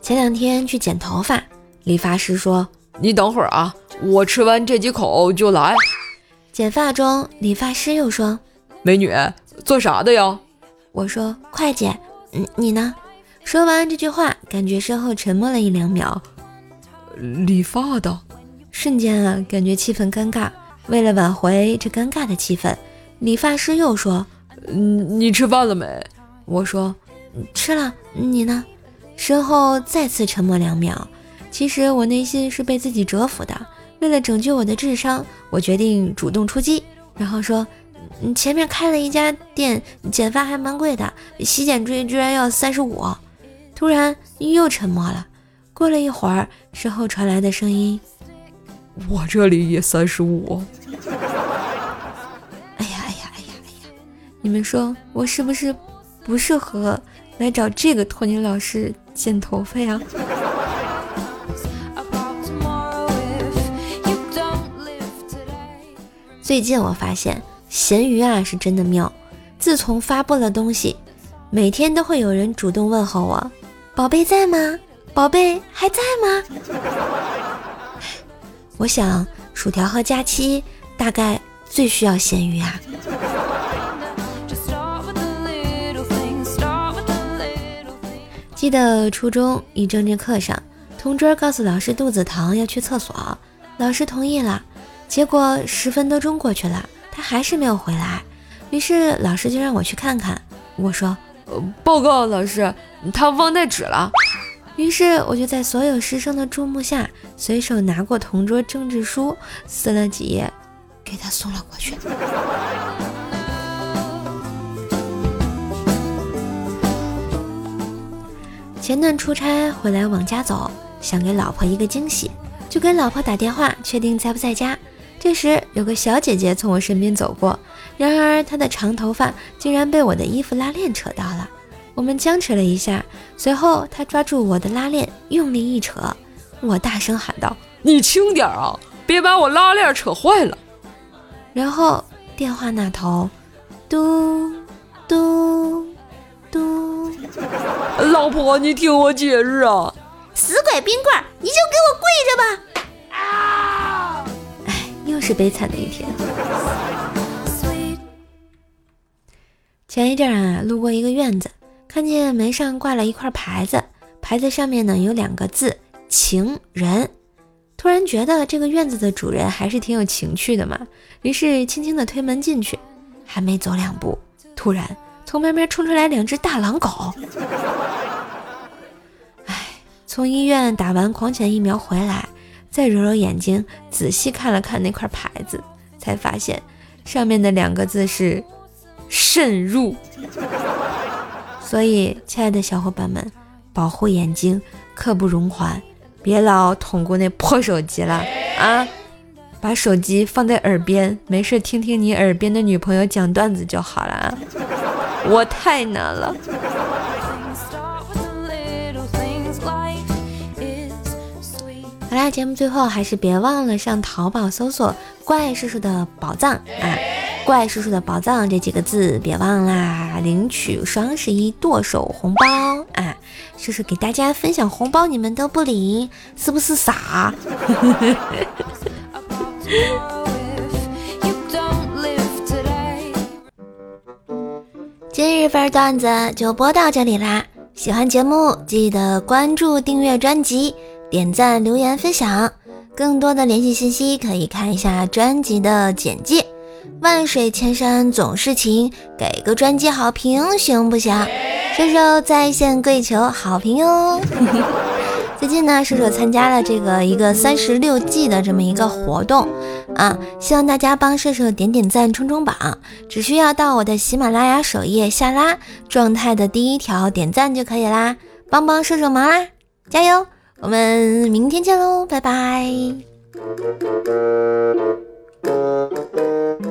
前2天去剪头发，理发师说：“ 你等会儿啊，我吃完这几口就来。” 剪发中，理发师又说：“ 美女，做啥的呀？” 我说：“会计。”你呢？说完这句话，感觉身后沉默了1-2秒。 理发的。 瞬间啊，感觉气氛尴尬。为了挽回这尴尬的气氛，理发师又说：“ 你吃饭了没？” 我说：“吃了。”你呢？身后再次沉默2秒。其实我内心是被自己折服的。为了拯救我的智商，我决定主动出击，然后说：“前面开了一家店，剪发还蛮贵的，洗剪吹居然要35。”突然又沉默了。过了一会儿，身后传来的声音：“ 我这里也35。” 哎呀！你们说我是不是不适合来找这个托尼老师剪头发呀？最近我发现闲鱼啊是真的妙。自从发布了东西，每天都会有人主动问候我：“宝贝在吗？宝贝还在吗？”我想薯条和佳期大概最需要闲鱼啊。记得初中一政治课上，同桌告诉老师肚子疼要去厕所，老师同意了。结果10分多钟过去了，他还是没有回来，于是老师就让我去看看。我说：“ 报告老师，他忘带纸了。” 于是我就在所有师生的注目下，随手拿过同桌政治书，撕了几页，给他送了过去。前段出差回来往家走，想给老婆一个惊喜，就给老婆打电话确定在不在家。这时有个小姐姐从我身边走过，然而她的长头发竟然被我的衣服拉链扯到了。我们僵持了一下，随后她抓住我的拉链用力一扯，我大声喊道：“ 你轻点啊，别把我拉链扯坏了。” 然后电话那头嘟嘟嘟， 老婆你听我解释啊！ 死鬼冰棍，你就给我跪着吧！又是悲惨的一天。前一阵啊，路过一个院子，看见门上挂了一块牌子，牌子上面呢有2个字：情人。突然觉得这个院子的主人还是挺有情趣的嘛，于是轻轻地推门进去，还没走2步，突然从外面冲出来2只大狼狗。从医院打完狂犬疫苗回来，再揉揉眼睛，仔细看了看那块牌子，才发现上面的2个字是慎入。所以亲爱的小伙伴们，保护眼睛刻不容缓，别老捅过那破手机了啊！把手机放在耳边，没事听听你耳边的女朋友讲段子就好了啊！我太难了。好啦，节目最后还是别忘了上淘宝搜索怪叔叔的宝藏啊，怪叔叔的宝藏这几个字别忘啦，领取双11剁手红包啊！叔叔给大家分享红包你们都不领，是不是傻？今日份段子就播到这里啦，喜欢节目记得关注订阅专辑，点赞留言分享，更多的联系信息可以看一下专辑的简介。万水千山总是情，给个专辑好评行不行？射手在线跪求好评哟。最近呢，射手参加了一个36计的这么一个活动啊，希望大家帮射手点点赞冲冲榜，只需要到我的喜马拉雅首页下拉状态的第1条点赞就可以啦，帮帮射手忙啦，加油！我们明天见喽，拜拜。